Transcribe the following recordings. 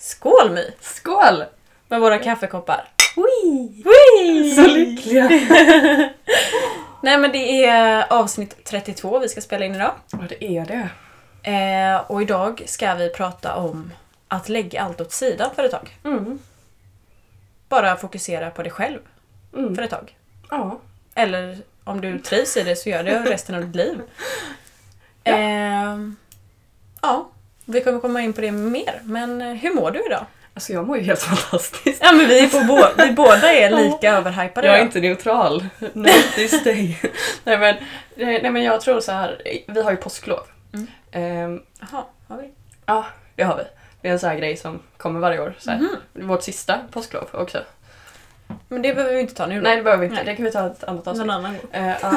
Skål My! Skål! Med våra kaffekoppar. Wee! Wee! Så lyckliga! Nej men det är avsnitt 32 vi ska spela in idag. Ja, det är det. Och idag ska vi prata om att lägga allt åt sidan för ett tag. Mm. Bara fokusera på dig själv Mm. för ett tag. Ja. Eller om du trivs i det så gör det resten av ditt liv. Ja. Ja, vi kommer komma in på det mer. Men hur mår du idag? Alltså jag mår ju helt fantastiskt. Ja men vi båda är lika överhypade. Jag är inte neutral. No, this day. nej men jag tror så här. Vi har ju påsklov. Jaha, har vi? Ja, det har vi. Det är en sån här grej som kommer varje år. Så här. Vårt sista påsklov också. Men det behöver vi inte ta nu då. Nej, det behöver vi inte. Nej. Det kan vi ta ett annat avsnitt. Någon annan gång. Ja.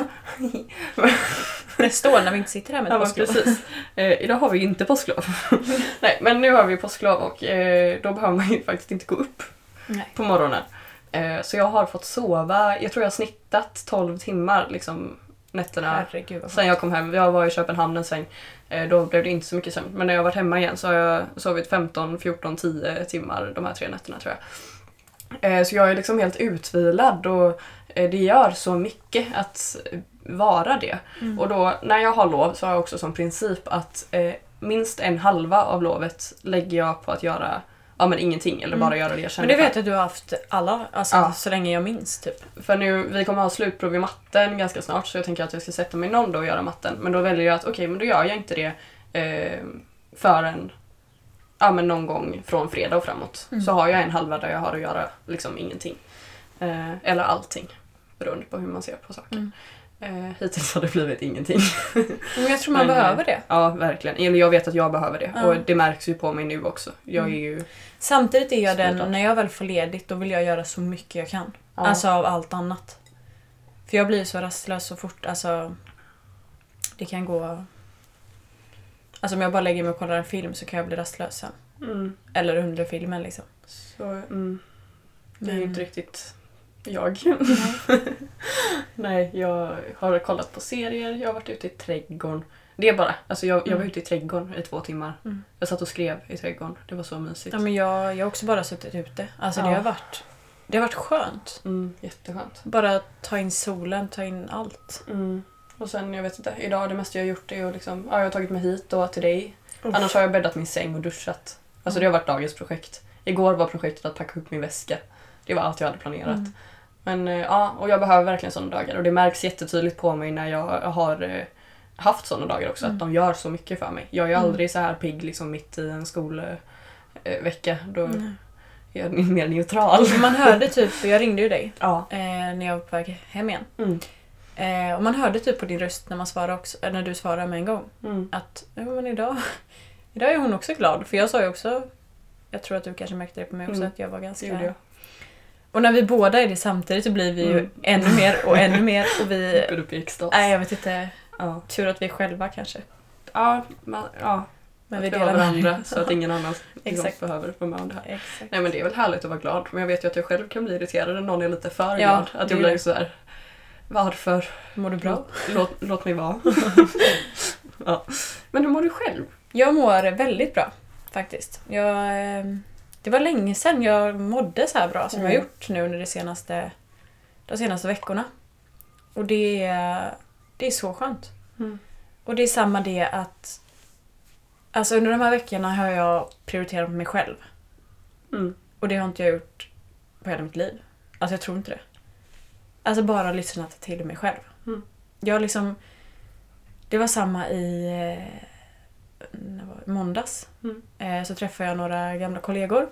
Nästa år när vi inte sitter här med ett Ja, påsklov. precis. Idag har vi inte påsklov. Nej, men nu har vi påsklov och då behöver man ju faktiskt inte gå upp på morgonen. Så jag har fått sova, jag tror jag har snittat 12 timmar liksom nätterna. Herregud, vad sen jag kom hem. Jag var i Köpenhamn en sväng. Då blev det inte så mycket sömn. Men när jag varit hemma igen så har jag sovit 15, 14, 10 timmar de här 3 nätterna tror jag. Så jag är liksom helt utvilad och det gör så mycket att vara det. Och då när jag har lov så har jag också som princip att minst en halva av lovet lägger jag på att göra men ingenting eller bara göra det jag känner. Men det vet jag att du har haft alla, alltså så länge jag minns typ. För nu, vi kommer ha slutprov i matten ganska snart så jag tänker att jag ska sätta mig någon dag och göra matten. Men då väljer jag att okej, men då gör jag inte det förrän men någon gång från fredag och framåt. Så har jag en halva där jag har att göra liksom ingenting. Eller allting. Beroende på hur man ser på saker. Hittills har det blivit ingenting. Men jag tror man behöver det. Ja, verkligen. Eller jag vet att jag behöver det. Och det märks ju på mig nu också. Jag är ju... Samtidigt är jag den, när jag väl får ledigt då vill jag göra så mycket jag kan. Ja. Alltså av allt annat. För jag blir så rastlös så fort, alltså det kan gå... Alltså om jag bara lägger mig och kollar en film så kan jag bli rastlös sen. Eller under filmen liksom. Så, det är ju inte riktigt jag. Nej, jag har kollat på serier, jag har varit ute i trädgården. Det är bara, alltså jag var ute i trädgården i 2 timmar. Jag satt och skrev i trädgården, det var så mysigt. Ja men jag har också bara suttit ute. Alltså det har varit skönt. Jätteskönt. Bara ta in solen, ta in allt. Och sen, jag vet inte, idag det mesta jag har gjort är att liksom, jag har tagit mig hit och till dig. Annars har jag bäddat min säng och duschat. Alltså det har varit dagens projekt. Igår var projektet att packa upp min väska. Det var allt jag hade planerat. Men och jag behöver verkligen sådana dagar. Och det märks jättetydligt på mig när jag har haft sådana dagar också. Att de gör så mycket för mig. Jag är aldrig så här pigg liksom mitt i en skolvecka. Då är jag mer neutral. Man hörde typ, jag ringde ju dig Ja. när jag var på väg hem igen. Och man hörde typ på din röst när man svarade också, när du svarade med en gång. Att men idag är hon också glad. För jag sa ju också, jag tror att du kanske märkte det på mig också, att jag var ganska... Och när vi båda är det samtidigt så blir vi ju ännu mer och ännu mer. Och vi... Går upp i extas. Nej, jag vet inte. Tur att vi är själva kanske. Men vi delar varandra så att ingen annan Exakt. behöver vara med om det här. Exakt. Nej men det är väl härligt att vara glad. Men jag vet ju att jag själv kan bli irriterad när någon är lite för glad. Att jag blir så här. Varför? Mår du bra? Låt mig vara. Men hur mår du själv? Jag mår väldigt bra faktiskt. Det var länge sedan jag mådde så här bra som jag har gjort nu under de senaste veckorna. Och det är så skönt. Och det är samma det att alltså under de här veckorna har jag prioriterat mig själv. Och det har inte jag gjort på hela mitt liv. Alltså jag tror inte det. Alltså bara lyssnat till mig själv. Jag liksom... Det var samma i måndags. Så träffade jag några gamla kollegor.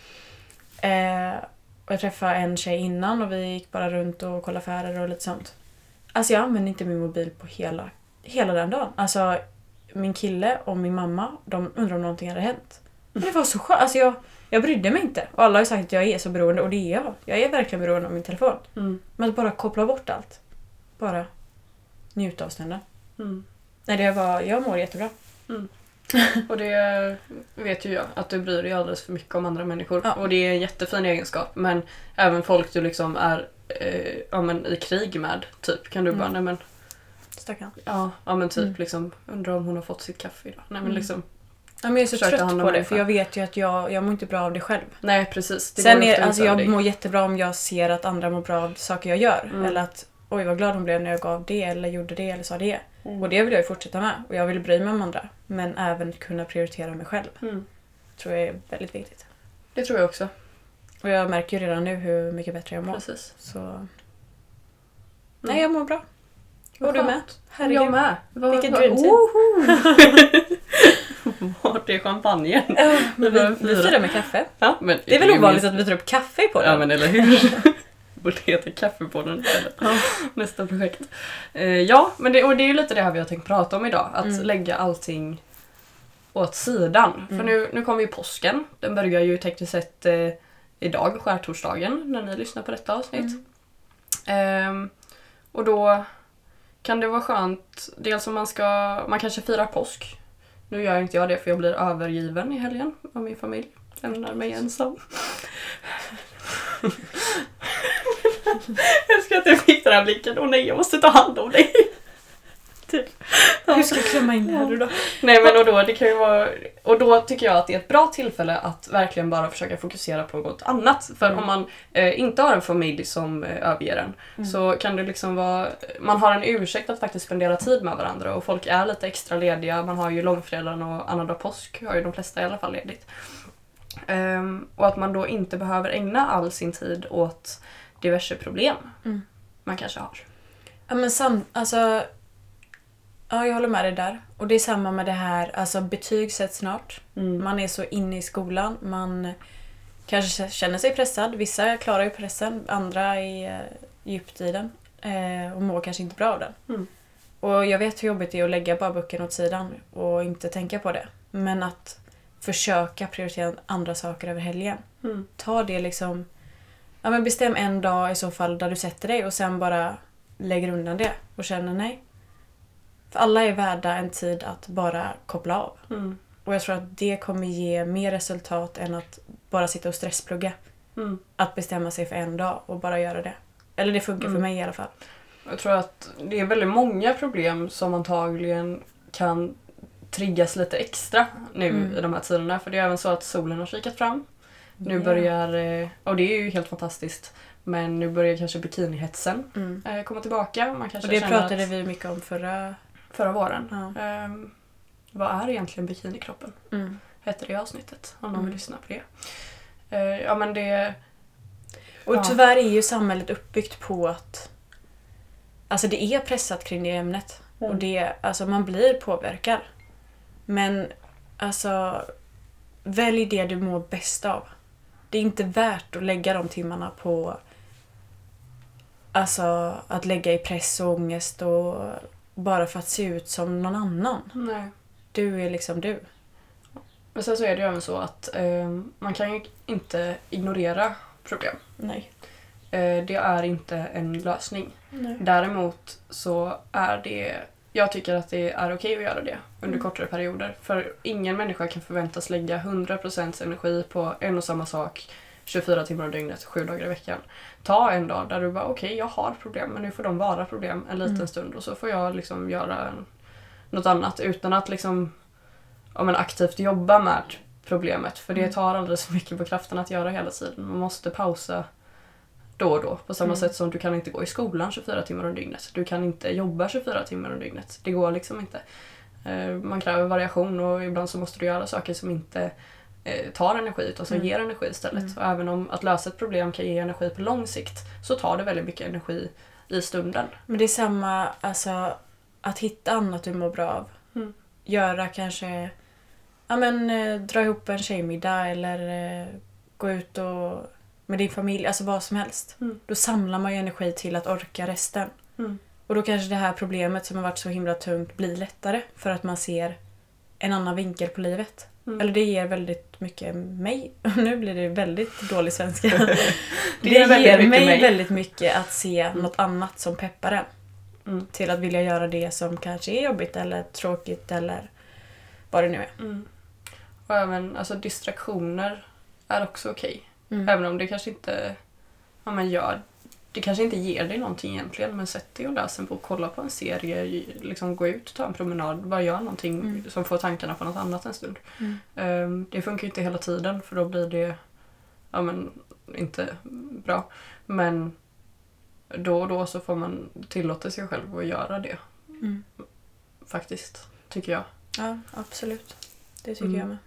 Och jag träffade en tjej innan och vi gick bara runt och kollade affärer och lite sånt. Alltså jag använde inte min mobil på hela den dagen. Alltså min kille och min mamma, de undrar om någonting hade hänt. Men det var så skönt. Alltså jag brydde mig inte. Och alla har sagt att jag är så beroende och det är jag. Jag är verkligen beroende av min telefon. Men att bara koppla bort allt. Bara njuta av stunden. Nej, jag mår jättebra. Och det vet ju jag, att du bryr dig alldeles för mycket om andra människor. Och det är en jättefin egenskap. Men även folk du liksom är i krig med, typ, kan du bara, nej men... Stackarn. Ja men typ liksom, undrar om hon har fått sitt kaffe idag. Nej men liksom, Ja, men jag är så försöka ta trött hand på om det, människor. för jag vet ju att jag mår inte bra av det själv. Nej, precis. Det Sen går ofta alltså ut över jag dig. mår jättebra om jag ser att andra mår bra av saker jag gör. Mm. Eller att, oj vad glad hon blev när jag gav det, eller gjorde det, eller sa det. Mm. Och det vill jag ju fortsätta med. Och jag vill bry mig om andra. Men även kunna prioritera mig själv. Mm. Tror jag är väldigt viktigt. Det tror jag också. Och jag märker ju redan nu hur mycket bättre jag mår. Precis. Så... Nej, jag mår bra. Vad Och du med? skönt. Herregud. Jag med. Vilken dream team. Vart är champagnen? Vi firar med kaffe. Ja, men Det är väl ovanligt att vi tar upp kaffe i podden? Ja, men eller hur? Borde heta Kaffepodden eller nästa projekt. Ja, men det är ju lite det här vi har tänkt prata om idag. Att lägga allting åt sidan. För nu kommer ju påsken. Den börjar ju tekniskt sett idag, skärtorsdagen, när ni lyssnar på detta avsnitt. Och då kan det vara skönt, dels om man kanske firar påsk. Nu gör inte jag det för jag blir övergiven i helgen av min familj. Lämnar mig ensam. Jag älskar att jag fick den här blicken. Åh nej, jag måste ta hand om dig. Typ. Hur ska jag klämma in det här då? Nej, men och då, det kan ju vara, och då tycker jag att det är ett bra tillfälle att verkligen bara försöka fokusera på något annat. För om man inte har en familj som överger en så kan det liksom vara, man har en ursäkt att faktiskt spendera tid med varandra och folk är lite extra lediga. Man har ju långfredagen och annandag påsk har ju de flesta i alla fall ledigt. Och att man då inte behöver ägna all sin tid åt diverse problem man kanske har. Ja, men ja, jag håller med dig där. Och det är samma med det här, alltså betyg sätts snart. Man är så inne i skolan, man kanske känner sig pressad. Vissa klarar ju pressen, andra är djupt i den. Och mår kanske inte bra av den. Och jag vet hur jobbigt det är att lägga bara böckerna åt sidan och inte tänka på det. Men att försöka prioritera andra saker över helgen. Ta det liksom, ja men bestäm en dag i så fall där du sätter dig och sen bara lägger undan det och känner nej. För alla är värda en tid att bara koppla av. Och jag tror att det kommer ge mer resultat än att bara sitta och stressplugga. Att bestämma sig för en dag och bara göra det. Eller det funkar för mig i alla fall. Jag tror att det är väldigt många problem som antagligen kan triggas lite extra nu i de här tiderna. För det är även så att solen har kikat fram. Nu börjar, och det är ju helt fantastiskt, men nu börjar kanske bikinihetsen komma tillbaka. Man kanske och det känner pratade vi mycket om förra våren. Ja. Vad är egentligen bikinikroppen? Heter det avsnittet, om någon vill lyssna på det. Ja, men det... Och tyvärr är ju samhället uppbyggt på att alltså det är pressat kring det ämnet. Och det, alltså man blir påverkad. Men alltså välj det du mår bäst av. Det är inte värt att lägga de timmarna på alltså att lägga i press och ångest och bara för att se ut som någon annan. Nej. Du är liksom du. Men sen så är det ju även så att man kan ju inte ignorera problem. Nej. Det är inte en lösning. Nej. Däremot så är det... Jag tycker att det är okej att göra det under kortare perioder. För ingen människa kan förväntas lägga 100% energi på en och samma sak 24 timmar om dygnet, 7 dagar i veckan. Ta en dag där du bara okej, jag har problem, men nu får de vara problem en liten stund. Och så får jag liksom göra något annat utan att liksom, aktivt jobba med problemet. För det tar alldeles så mycket på kraften att göra hela tiden. Man måste pausa då och då. På samma sätt som du kan inte gå i skolan 24 timmar om dygnet. Du kan inte jobba 24 timmar om dygnet. Det går liksom inte. Man kräver variation och ibland så måste du göra saker som inte tar energi utan som ger energi istället. Och även om att lösa ett problem kan ge energi på lång sikt så tar det väldigt mycket energi i stunden. Men det är samma, alltså att hitta annat du mår bra av. Göra kanske, dra ihop en tjejmiddag eller gå ut och med din familj, alltså vad som helst. Då samlar man ju energi till att orka resten. Och då kanske det här problemet som har varit så himla tungt blir lättare för att man ser en annan vinkel på livet. Eller det ger väldigt mycket mig. Nu blir det väldigt dålig svenska. det ger mig väldigt mycket att se något annat som peppar en. Till att vilja göra det som kanske är jobbigt eller tråkigt eller vad det nu är. Och även distraktioner är också okej. Även om det kanske inte gör det kanske inte ger dig någonting egentligen, men sätt dig och läs en bok, kolla på en serie, liksom gå ut, ta en promenad, bara gör någonting som får tankarna på något annat en stund. Det funkar ju inte hela tiden, för då blir det inte bra. Men då och då så får man tillåta sig själv att göra det. Faktiskt, tycker jag. Ja, absolut. Det tycker jag med.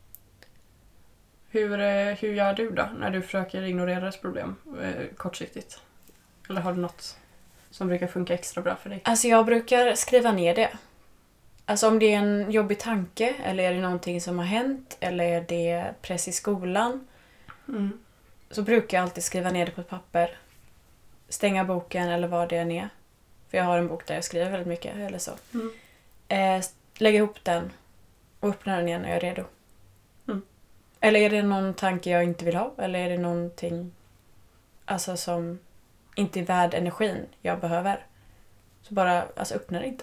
Hur gör du då när du försöker ignorera ett problem kortsiktigt? Eller har du något som brukar funka extra bra för dig? Alltså jag brukar skriva ner det. Alltså om det är en jobbig tanke, eller är det någonting som har hänt, eller är det press i skolan, så brukar jag alltid skriva ner det på ett papper. Stänga boken eller vad det än är. För jag har en bok där jag skriver väldigt mycket eller så. Lägga ihop den och öppna den igen när jag är redo. Eller är det någon tanke jag inte vill ha? Eller är det någonting alltså, som inte är värd energin jag behöver? Så bara öppna det inte.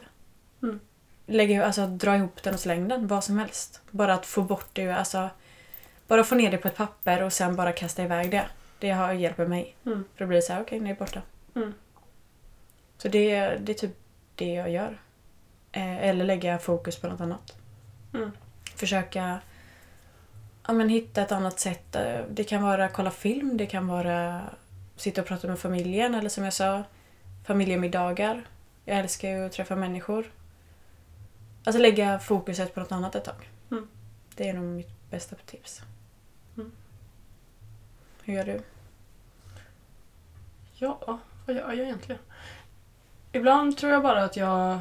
Dra ihop den och släng den. Vad som helst. Bara att få bort det. Bara få ner det på ett papper och sen bara kasta iväg det. Det har hjälpt mig. För då blir det så här, okej, nu är det borta. Så det är typ det jag gör. Eller lägga fokus på något annat. Försöka hitta ett annat sätt. Det kan vara kolla film, det kan vara sitta och prata med familjen, eller som jag sa, familjemiddagar. Jag älskar ju att träffa människor. Alltså lägga fokuset på något annat ett tag. Det är nog mitt bästa tips. Hur gör du? Ja, vad gör jag egentligen? Ibland tror jag bara att jag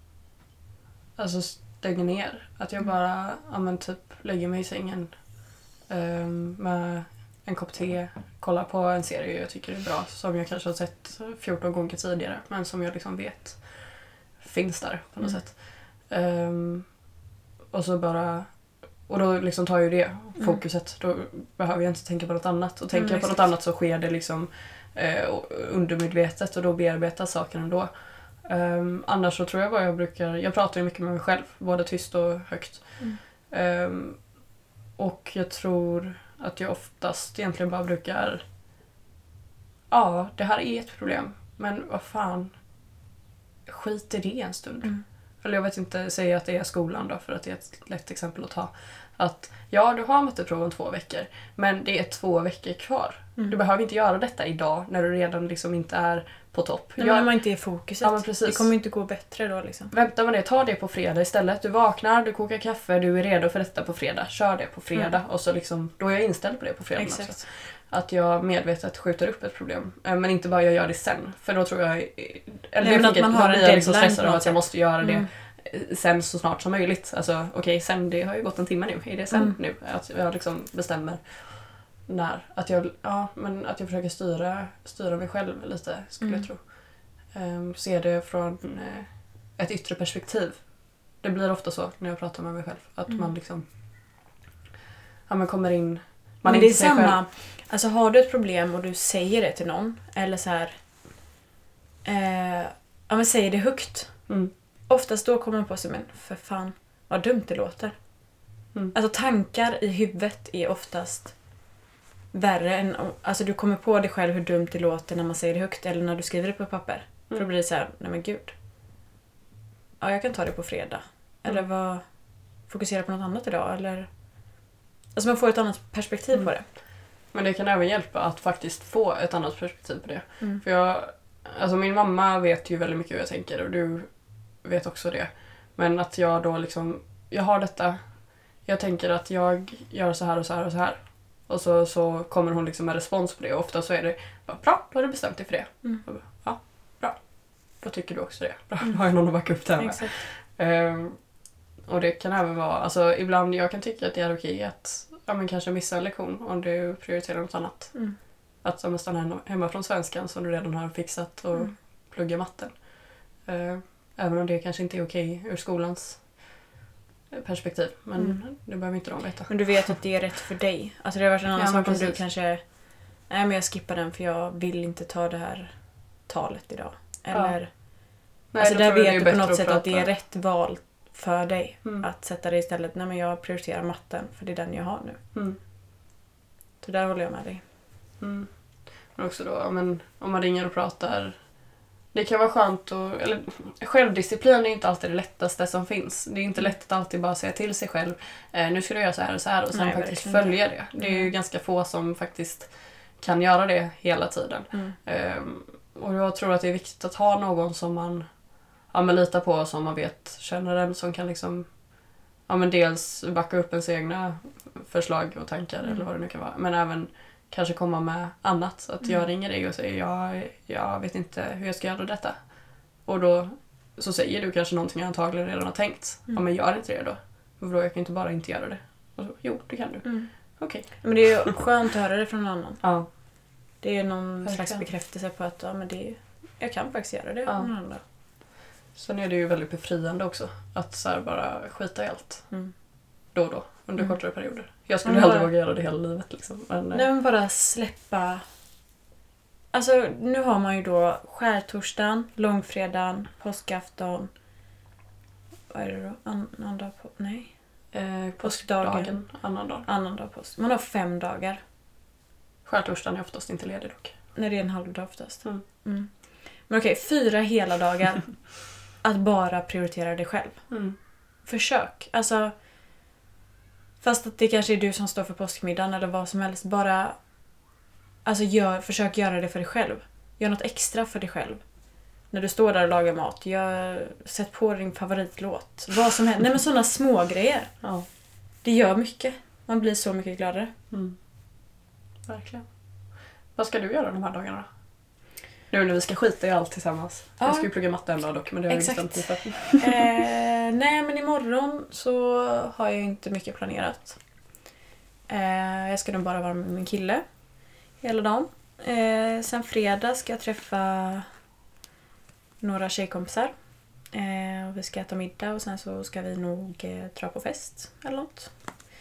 stänger ner. Att jag bara typ lägger mig i sängen med en kopp te, kollar på en serie jag tycker är bra, som jag kanske har sett 14 gånger tidigare, men som jag liksom vet finns där på något sätt. Och så bara, och då liksom tar ju det fokuset. Då behöver jag inte tänka på något annat. Och tänker jag på något annat så sker det liksom undermedvetet, och då bearbetas saken ändå. Annars så tror jag bara jag pratar ju mycket med mig själv, både tyst och högt. Och jag tror att jag oftast egentligen bara brukar det här är ett problem, men vad fan, skit i det en stund. Eller jag vet inte, säga att det är skolan då, för att det är ett lätt exempel att ta. Att du har matteprov om 2 veckor, men det är 2 veckor kvar. Du behöver inte göra detta idag när du redan liksom inte är på topp. Nej, men man inte är fokuset. Ja, men precis. Det kommer inte gå bättre då liksom. Vänta med det, ta det på fredag istället. Du vaknar, du kokar kaffe, du är redo för detta på fredag. Kör det på fredag och så liksom, då är jag inställd på det på fredag också. Att jag medvetet skjuter upp ett problem. Men inte bara jag gör det sen. För då tror jag... Eller men att man har en deadline liksom stressad av att jag måste göra det sen så snart som möjligt. Alltså sen, det har ju gått en timme nu. Är det sen nu? Att jag liksom bestämmer när. Att jag försöker styra mig själv lite, skulle jag tro. Se det från ett yttre perspektiv. Det blir ofta så när jag pratar med mig själv. Att man liksom... man kommer in... Men det är samma... Själv. Alltså har du ett problem och du säger det till någon. Eller så här... men säger det högt. Oftast då kommer man på sig, men för fan, vad dumt det låter. Alltså tankar i huvudet är oftast värre än... Alltså du kommer på dig själv hur dumt det låter när man säger det högt. Eller när du skriver det på papper. För då blir det så här, nej men gud. Ja, jag kan ta det på fredag. Eller fokusera på något annat idag. Eller... Alltså man får ett annat perspektiv på det. Men det kan även hjälpa att faktiskt få ett annat perspektiv på det. För min mamma vet ju väldigt mycket hur jag tänker, och du vet också det. Men att jag då liksom, jag har detta, jag tänker att jag gör så här och så här och så här. Och så kommer hon liksom med respons på det, och ofta så är det bara, bra, då har du bestämt dig för det. Ja, bra. Då tycker du också det. Bra, då har jag någon att backa upp det här med. Och det kan även vara, alltså ibland jag kan tycka att det är okej att kanske missa en lektion om du prioriterar något annat. Att stanna hemma från svenskan som du redan har fixat och plugga matten. Även om det kanske inte är okej ur skolans perspektiv. Men det behöver inte de veta. Men du vet att det är rätt för dig. Alltså det har varit en annan sak om du kanske... Nej, men jag skippar den för jag vill inte ta det här talet idag. Eller... Nej, alltså där vet du på något sätt att det är rätt val för dig. Att sätta det istället. Nej, men jag prioriterar matten för det är den jag har nu. Så där håller jag med dig. Men också då, men om man ringer och pratar. Det kan vara skönt eller självdisciplin är inte alltid det lättaste som finns. Det är inte lätt att alltid bara säga till sig själv. Nu ska du göra så här och så här och sen faktiskt följa det. Det är ju ganska få som faktiskt kan göra det hela tiden. Och jag tror att det är viktigt att ha någon som man litar på, som man vet känner en, som kan liksom dels backa upp ens egna förslag och tankar eller vad det nu kan vara. Men även kanske komma med annat. Så att jag ringer dig och säger jag vet inte hur jag ska göra detta. Och då så säger du kanske någonting jag antagligen redan har tänkt. Ja, men gör inte det då. För då jag kan inte bara inte göra det. Och så, jo, det kan du. Okej. Men det är ju skönt att höra det från någon annan. Ja. Det är någon slags bekräftelse på att jag kan faktiskt göra det. Ja. Sen är det ju väldigt befriande också. Att så här bara skita i allt. Då och då. Under kortare perioder. Jag skulle aldrig våga göra det hela livet. Liksom. Men bara släppa. Alltså nu har man ju då skärtorsdagen, långfredagen, påskafton. Vad är det då? Påskdagen. Annandag påsk. Man har 5 dagar. Skärtorsdagen är oftast inte ledig dock. Nej, det är en halvdag oftast. Men okej, 4 hela dagar. Att bara prioritera dig själv. Försök. Alltså, fast att det kanske är du som står för påskmiddagen eller vad som helst. Bara försök göra det för dig själv. Gör något extra för dig själv. När du står där och lagar mat. Sätt på din favoritlåt. Vad som helst. Nej, men sådana små grejer. Ja. Det gör mycket. Man blir så mycket gladare. Verkligen. Vad ska du göra de här dagarna då? Nu när vi ska skita i allt tillsammans. Ja. Jag ska ju plugga matte en dag dock, men det har jag bestämt mig för. Nej, men imorgon så har jag inte mycket planerat. Jag ska nog bara vara med min kille hela dagen. Sen fredag ska jag träffa några tjejkompisar. Och vi ska äta middag och sen så ska vi nog dra på fest eller något.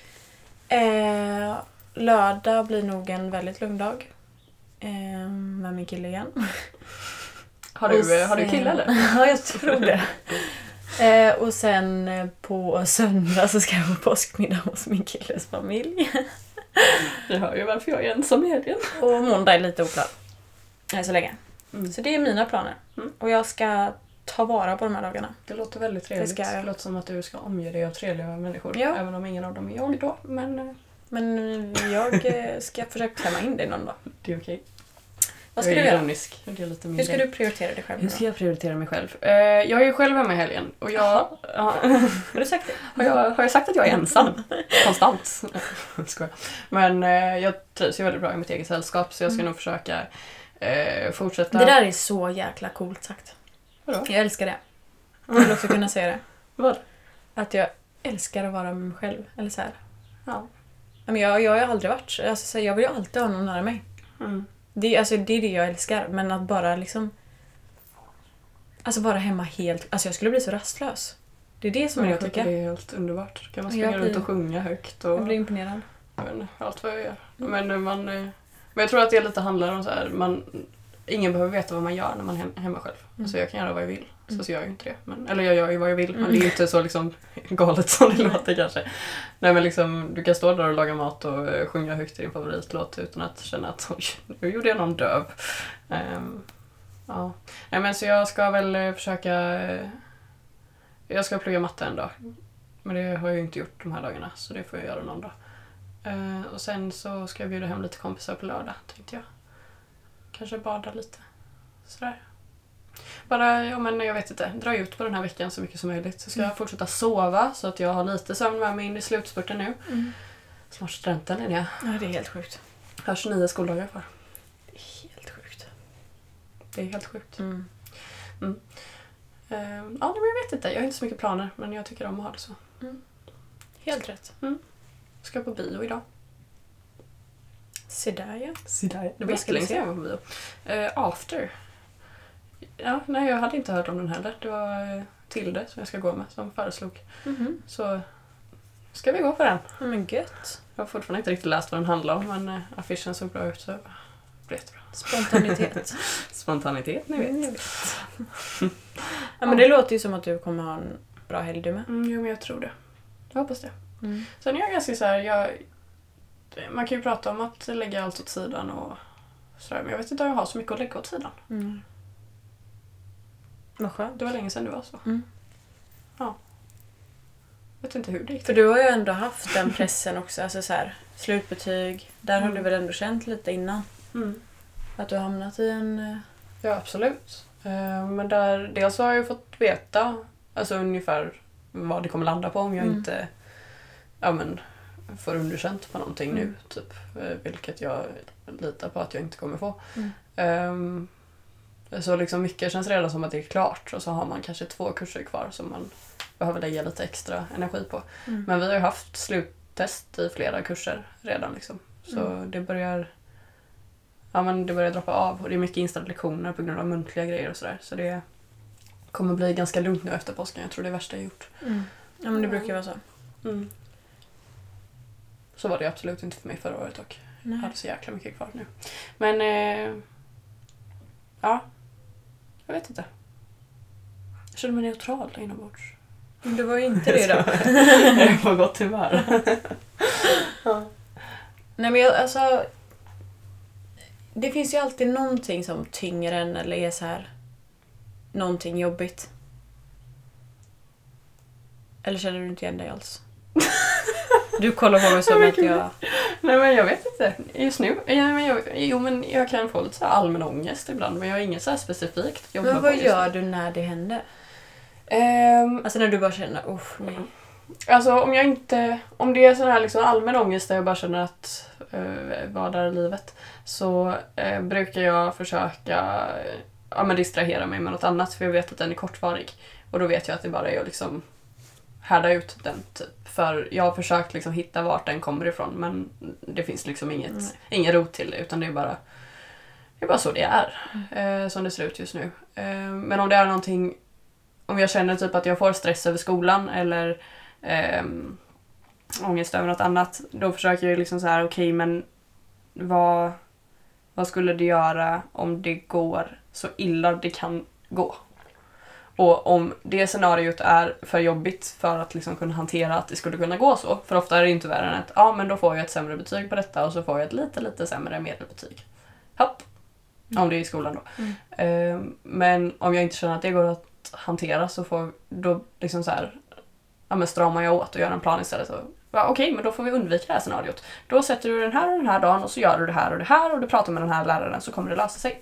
Lördag blir nog en väldigt lugn dag. Med min kille igen. Har du kille eller? Ja, jag tror det. Och sen på söndag så ska jag på påskmiddag hos min killes familj. Jag hör ju varför jag är ensam i helgen. Och måndag är lite oklar. Så länge. Så det är mina planer. Och jag ska ta vara på de här dagarna. Det låter väldigt trevligt. Det låter som att du ska omge dig av trevliga människor. Ja. Även om ingen av dem är jag då. Men jag ska försöka klämma in dig någon dag. Det är okej. Vad ska du göra? Ironisk. Det är lite hur ska du prioritera dig själv? Hur ska jag prioritera mig själv? Jag är ju själv hemma i helgen. Och Har du sagt det? Har jag sagt att jag är ensam? Konstant. Skojar. Men jag trivs ju väldigt bra i mitt eget sällskap. Så jag ska nog försöka fortsätta. Det där är så jäkla coolt sagt. Vadå? Jag älskar det. Jag vill också kunna säga det. Vad? Att jag älskar att vara med mig själv. Eller så här. Ja. Men jag har ju aldrig varit. Alltså, jag vill ju alltid ha någon nära mig. Det är det jag älskar. Men att bara liksom... Alltså vara hemma helt... Alltså jag skulle bli så rastlös. Det är det som jag tycker. Det är helt underbart. Kan man springa runt och sjunga högt. Och... Jag blir imponerad. Allt vad jag gör. Men jag tror att det lite handlar om så här... Ingen behöver veta vad man gör när man är hemma själv. Alltså jag kan göra vad jag vill. Så gör jag inte det. Eller jag gör ju vad jag vill. Men det är inte så liksom galet som det låter kanske. Nej, men liksom, du kan stå där och laga mat och sjunga högt till din favoritlåt utan att känna att oj, nu gjorde jag någon döv. Ja. Nej, men så jag ska väl försöka... Jag ska plugga matte en dag. Men det har jag ju inte gjort de här dagarna. Så det får jag göra någon dag. Och sen så ska jag bjuda hem lite kompisar på lördag, tänkte jag. Kanske bada lite. Sådär. Bara, jag vet inte, dra ut på den här veckan så mycket som möjligt. Så ska jag fortsätta sova så att jag har lite sömn med mig in i slutspurten nu. Snart studenten är det. Ja, det är helt sjukt. Jag har 29 skoldagar kvar. Det är helt sjukt. Det är helt sjukt. Men jag vet inte. Jag har inte så mycket planer, men jag tycker om att ha det så. Helt rätt. Ska på bio idag. Se där, ja. Det var jättelänge sedan jag var på bio. After. Ja, nej, jag hade inte hört om den heller. Det var Tilde som jag ska gå med som föreslog. Så ska vi gå på den. Men gött. Jag har fortfarande inte riktigt läst vad den handlar om, men affischen såg bra ut så det blir jättebra. Spontanitet. Spontanitet, ni vet. Ja, men det låter ju som att du kommer ha en bra helg du med. Jo, men jag tror det. Jag hoppas det. Sen är jag ganska så här, man kan ju prata om att lägga allt åt sidan och sådär. Men jag vet inte om jag har så mycket att lägga åt sidan. Vad skönt. Det var länge sedan du var så. Ja. Jag vet inte hur det gick. För du har ju ändå haft den pressen också. Alltså så här, slutbetyg. Där har du väl ändå känt lite innan. Att du har hamnat i en... Ja, absolut. Men där, dels har jag ju fått veta alltså ungefär vad det kommer landa på om jag inte får underkänt på någonting nu. Typ, vilket jag litar på att jag inte kommer få. Så liksom mycket känns redan som att det är klart. Och så har man kanske 2 kurser kvar som man behöver lägga lite extra energi på. Men vi har ju haft sluttest i flera kurser redan. Liksom. Så det börjar droppa av. Och det är mycket inställda lektioner på grund av muntliga grejer och sådär. Så det kommer bli ganska lugnt nu efter påsken. Jag tror det är värsta jag gjort. Ja, men det brukar ju vara så. Så var det absolut inte för mig förra året och Nej. jag hade så jäkla mycket kvar nu. Men ja, jag vet inte. Jag känner mig neutral inombords. Men det var ju inte det då. Jag är på gott humör. Nej, men det finns ju alltid någonting som tynger en eller är så här någonting jobbigt. Eller känner du inte igen dig alls? Du kollar på mig som att jag... Nej, men jag vet inte. Just nu. Men jag kan få lite så här allmän ångest ibland. Men jag har inget så här specifikt jobb. Men vad gör du när det händer? Alltså när du bara känner, nej. Alltså om det är sån här liksom allmän ångest där jag bara känner att vad är livet, så brukar jag försöka distrahera mig med något annat, för jag vet att den är kortvarig. Och då vet jag att det bara är att liksom härda ut den typ. För jag har försökt liksom hitta vart den kommer ifrån, men det finns liksom ingen rot till det, utan det är bara så det är. Som det ser ut just nu. Men om det är någonting, om jag känner typ att jag får stress över skolan eller ångest över något annat, då försöker jag liksom så här, okej, men vad skulle det göra om det går så illa det kan gå? Och om det scenariot är för jobbigt för att liksom kunna hantera att det skulle kunna gå så, för ofta är det inte värre än att men då får jag ett sämre betyg på detta och så får jag ett lite sämre medelbetyg. Hopp! Om det är i skolan då. Men om jag inte känner att det går att hantera, så då liksom så här, stramar jag åt och gör en plan istället. Okej, men då får vi undvika det här scenariot. Då sätter du den här och den här dagen och så gör du det här och det här och du pratar med den här läraren, så kommer det lösa sig.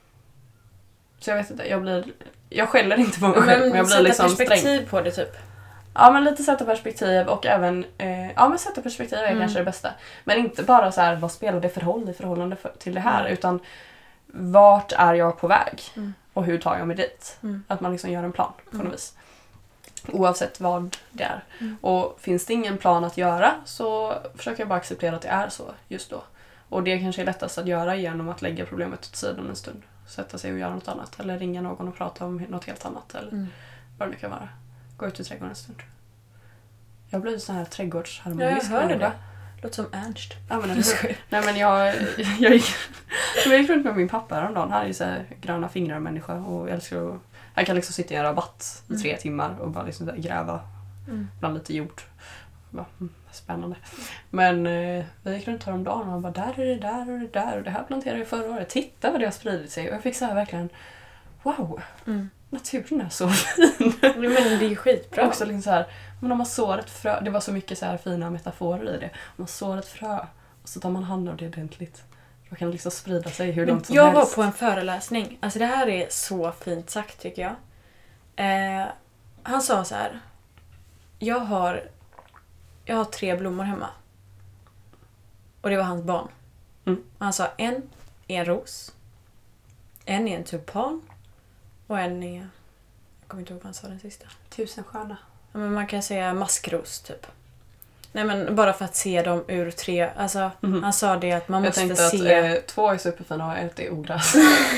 Så jag vet inte, jag skäller inte på mig själv, men jag blir liksom sträng. Sätta perspektiv på det typ. Ja, men lite sätta perspektiv och även sätta perspektiv är kanske det bästa. Men inte bara så här, vad spelar det för roll i förhållande till det här, utan vart är jag på väg och hur tar jag mig dit? Att man liksom gör en plan på något vis. Oavsett vad det är. Och finns det ingen plan att göra, så försöker jag bara acceptera att det är så just då. Och det kanske är lättast att göra genom att lägga problemet åt sidan en stund. Sätta sig och göra något annat. Eller ringa någon och prata om något helt annat. Eller vad det nu kan vara. Gå ut i trädgården en stund. Jag blir sån här trädgårdsharmonisk. Ja, jag hörde det. Låter som Ernst. Ja, men jag gick runt med min pappa häromdagen. Han är ju så här gröna fingrar människa. Och älskar att... Han kan liksom sitta i en rabatt i 3 timmar och bara liksom gräva bland lite jord. Spännande. Men vi gick runt häromdagen och han bara, där är det där och det där och det här planterade jag förra året. Titta vad det har spridit sig. Och jag fick så här verkligen, wow, naturen är så fin. Men det är ju skitbra. Också liksom så här, men om man sår ett frö, det var så mycket så här fina metaforer i det. Om man sår ett frö och så tar man hand om det ordentligt. Då kan det liksom sprida sig hur långt som helst. Jag var på en föreläsning. Alltså det här är så fint sagt tycker jag. Han sa så här. Jag har 3 blommor hemma. Och det var hans barn. Han sa en är en ros. En är en tulpan. Och en är... Jag kommer inte ihåg vad han sa den sista. 1000 stjärna. Ja, men man kan säga maskros typ. Nej, men bara för att se dem ur 3. Alltså han sa det att man måste se... Jag tänkte att 2 är superfina och 1 är ogräs.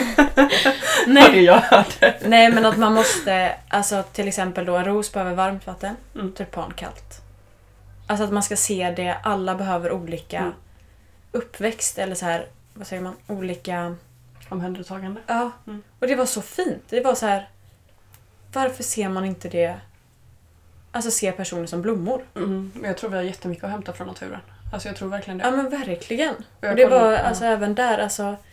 Nej. Det jag hörde. Nej, men att man måste... Alltså till exempel då en ros behöver varmt vatten. Tulpan kallt. Alltså att man ska se det. Alla behöver olika uppväxt. Eller så här, vad säger man? Olika... Omhändertagande. Ja. Och det var så fint. Det var så här... Varför ser man inte det... Alltså se personer som blommor. Men jag tror vi har jättemycket att hämta från naturen. Alltså jag tror verkligen det. Ja, men verkligen. Och det var alltså även där, alltså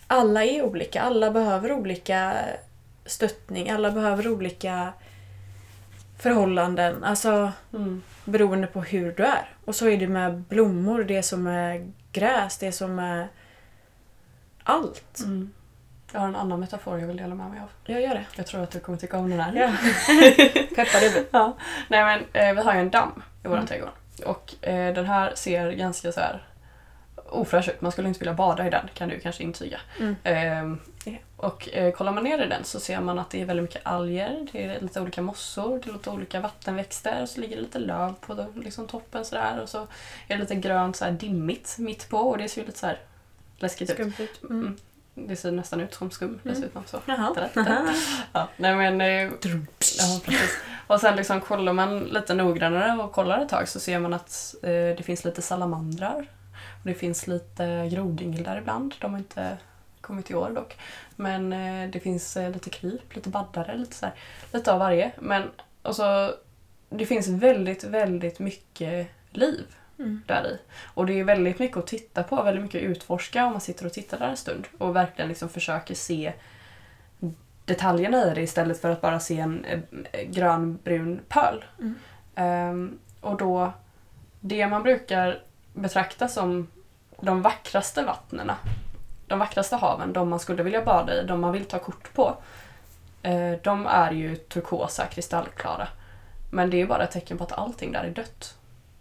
alla är olika. Alla behöver olika stöttning. Alla behöver olika förhållanden. Alltså beroende på hur du är. Och så är det med blommor. Det som är gräs. Det som är allt. Jag har en annan metafor jag vill dela med mig av. Jag gör det. Jag tror att du kommer tycka om den här. Ja. Peppar det. Ja. Nej men vi har ju en damm i våran trädgård. Och den här ser ganska så här ofräsch ut. Man skulle inte vilja bada i den, kan du kanske intyga. Och kollar man ner i den så ser man att det är väldigt mycket alger, det är lite olika mossor, det är lite olika vattenväxter, och så ligger det lite löv på liksom toppen sådär, och så är det lite grönt så här dimmigt mitt på, och det ser ju lite så här läskigt ut. Det ser nästan ut som skum dessutom. Så. Ja, nej men, ja, precis. Och sen liksom kollar man lite noggrannare och kollar ett tag så ser man att det finns lite salamandrar. Och det finns lite grodyngel där ibland. De har inte kommit i år dock. Men det finns lite kryp, lite baddare, lite, så här, lite av varje. Men alltså, det finns väldigt, väldigt mycket liv där i. Och det är väldigt mycket att titta på, väldigt mycket att utforska om man sitter och tittar där en stund. Och verkligen liksom försöker se detaljerna i det istället för att bara se en grönbrun pöl. Och då, det man brukar betrakta som de vackraste vattnena, de vackraste haven, de man skulle vilja bada i, de man vill ta kort på, de är ju turkosa, kristallklara. Men det är bara ett tecken på att allting där är dött.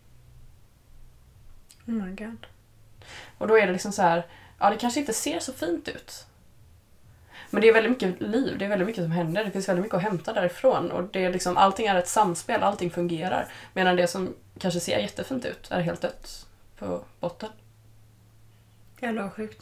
Oh my god. Och då är det liksom så här, ja, det kanske inte ser så fint ut. Men det är väldigt mycket liv, det är väldigt mycket som händer, det finns väldigt mycket att hämta därifrån. Och det är liksom, allting är ett samspel, allting fungerar. Medan det som kanske ser jättefint ut är helt dött på botten. Jävlar vad sjukt.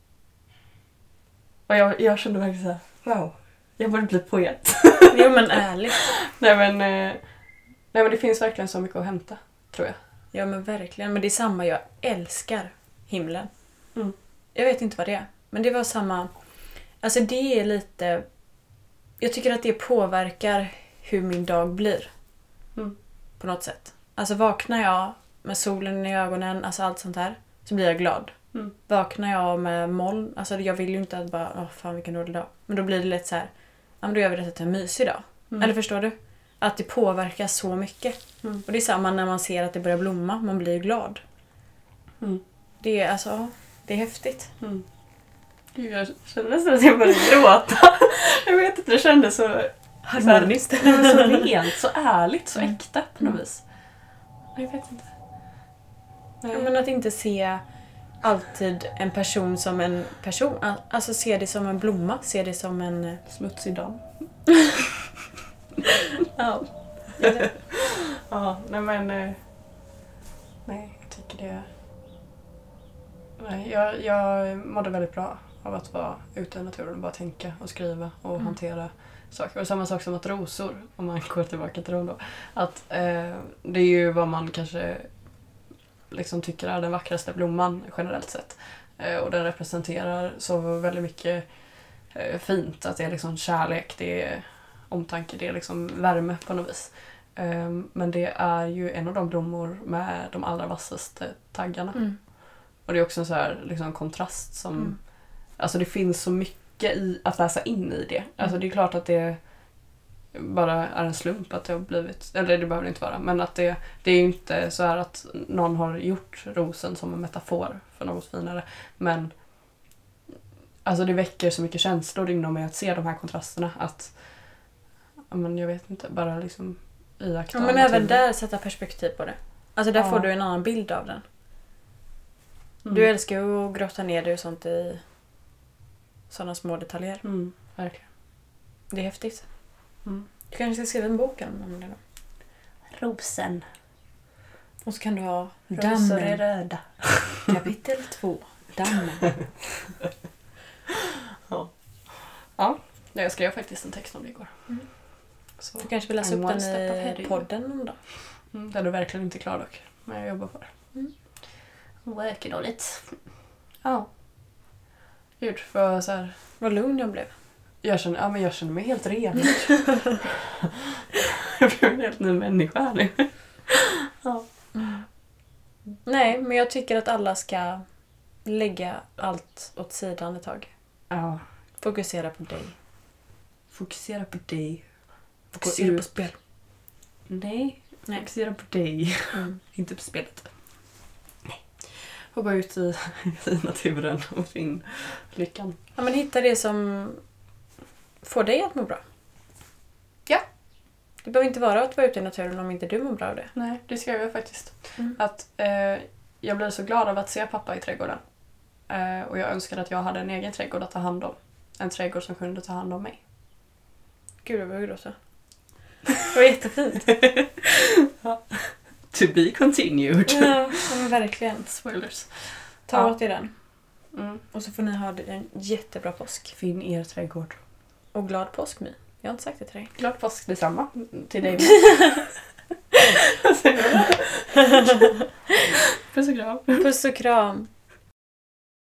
Och jag kände verkligen så här, wow, jag borde bli poet. Jo men ärligt. nej men det finns verkligen så mycket att hämta, tror jag. Ja men verkligen, men det är samma, jag älskar himlen. Jag vet inte vad det är, men det var samma, alltså det är lite, jag tycker att det påverkar hur min dag blir. På något sätt. Alltså vaknar jag med solen i ögonen, alltså allt sånt här, så blir jag glad. Vaknar jag med moln, alltså jag vill ju inte att bara, fan vilken dålig dag. Men då blir det lätt så här, ja men då gör vi det till en mysig dag. Eller förstår du? Att det påverkar så mycket. Och det är samma när man ser att det börjar blomma, man blir glad. Det är alltså, det är häftigt. Gud, jag känner nästan att jag började gråta. Jag vet inte, det kändes så harmoniskt. Så rent, så ärligt, så äkta på något vis. Jag vet inte. Ja, men att inte se alltid en person som en person. Alltså se det som en blomma, se det som en smutsig damm. Ja. Ja, nej men nej, jag tycker det. Nej, jag mådde väldigt bra av att vara ute i naturen och bara tänka och skriva och hantera saker. Och samma sak som att rosor, om man går tillbaka till dem då, att det är ju vad man kanske liksom tycker är den vackraste blomman generellt sett. Och den representerar så väldigt mycket fint, att det är liksom kärlek, det är omtanke, det är liksom värme på något vis. Men det är ju en av de blommor med de allra vassaste taggarna. Och det är också en så här liksom kontrast som, alltså det finns så mycket i att läsa in i det. Alltså det är klart att det bara är en slump att det har blivit, eller det behöver det inte vara, men att det är ju inte så här att någon har gjort rosen som en metafor för något finare, men alltså det väcker så mycket känslor inom mig att se de här kontrasterna, att men jag vet inte, bara liksom iaktta. Ja, men även där sätta perspektiv på det. Alltså där får du en annan bild av den. Du älskar ju att grotta ner dig och sånt i sådana små detaljer. Verkligen. Det är häftigt. Du kanske ska skriva en bok om det då. Rosen. Och så kan du ha Rosor är röda. Kapitel 2. Dammen. Ja, jag skrev faktiskt en text om det igår. Så du kanske vill läsa upp den i podden någon dag. Det är du verkligen inte klar dock. Men jag jobbar på det. Working on it. Ja. Gud, för så här. Vad lugn jag blev. Jag känner mig helt ren. Jag blev en helt ny människa här nu. Ja. Nej, men jag tycker att alla ska lägga allt åt sidan ett tag. Ja. Fokusera på dig. Fokusera på dig. Fokusera på spel. Nej. Nej. Fokusera på dig. Mm. Inte på spelet. Nej. Och gå ut i naturen och finn lyckan. Ja, men hitta det som får dig att må bra. Ja. Det behöver inte vara att vara ute i naturen om inte du mår bra av det. Nej, det skrev jag faktiskt. Mm. Att jag blev så glad av att se pappa i trädgården. Och jag önskade att jag hade en egen trädgård att ta hand om. En trädgård som kunde ta hand om mig. Gud, jag börjar gråta. Det var jättefint. To be continued. Ja, men verkligen. Spoilers. Ta åt er den. Mm. Och så får ni ha en jättebra påsk. Finn er trädgård. Och glad påsk, My. Jag har inte sagt det till dig. Glad påsk detsamma till dig. Puss och kram. Puss och kram.